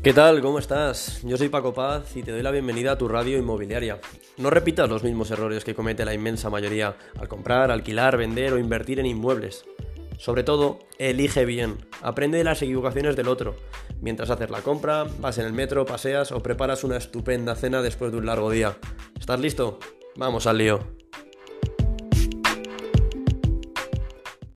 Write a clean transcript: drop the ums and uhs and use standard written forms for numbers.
¿Qué tal? ¿Cómo estás? Yo soy Paco Paz y te doy la bienvenida a tu radio inmobiliaria. No repitas los mismos errores que comete la inmensa mayoría al comprar, alquilar, vender o invertir en inmuebles. Sobre todo, elige bien. Aprende de las equivocaciones del otro. Mientras haces la compra, vas en el metro, paseas o preparas una estupenda cena después de un largo día. ¿Estás listo? Vamos al lío.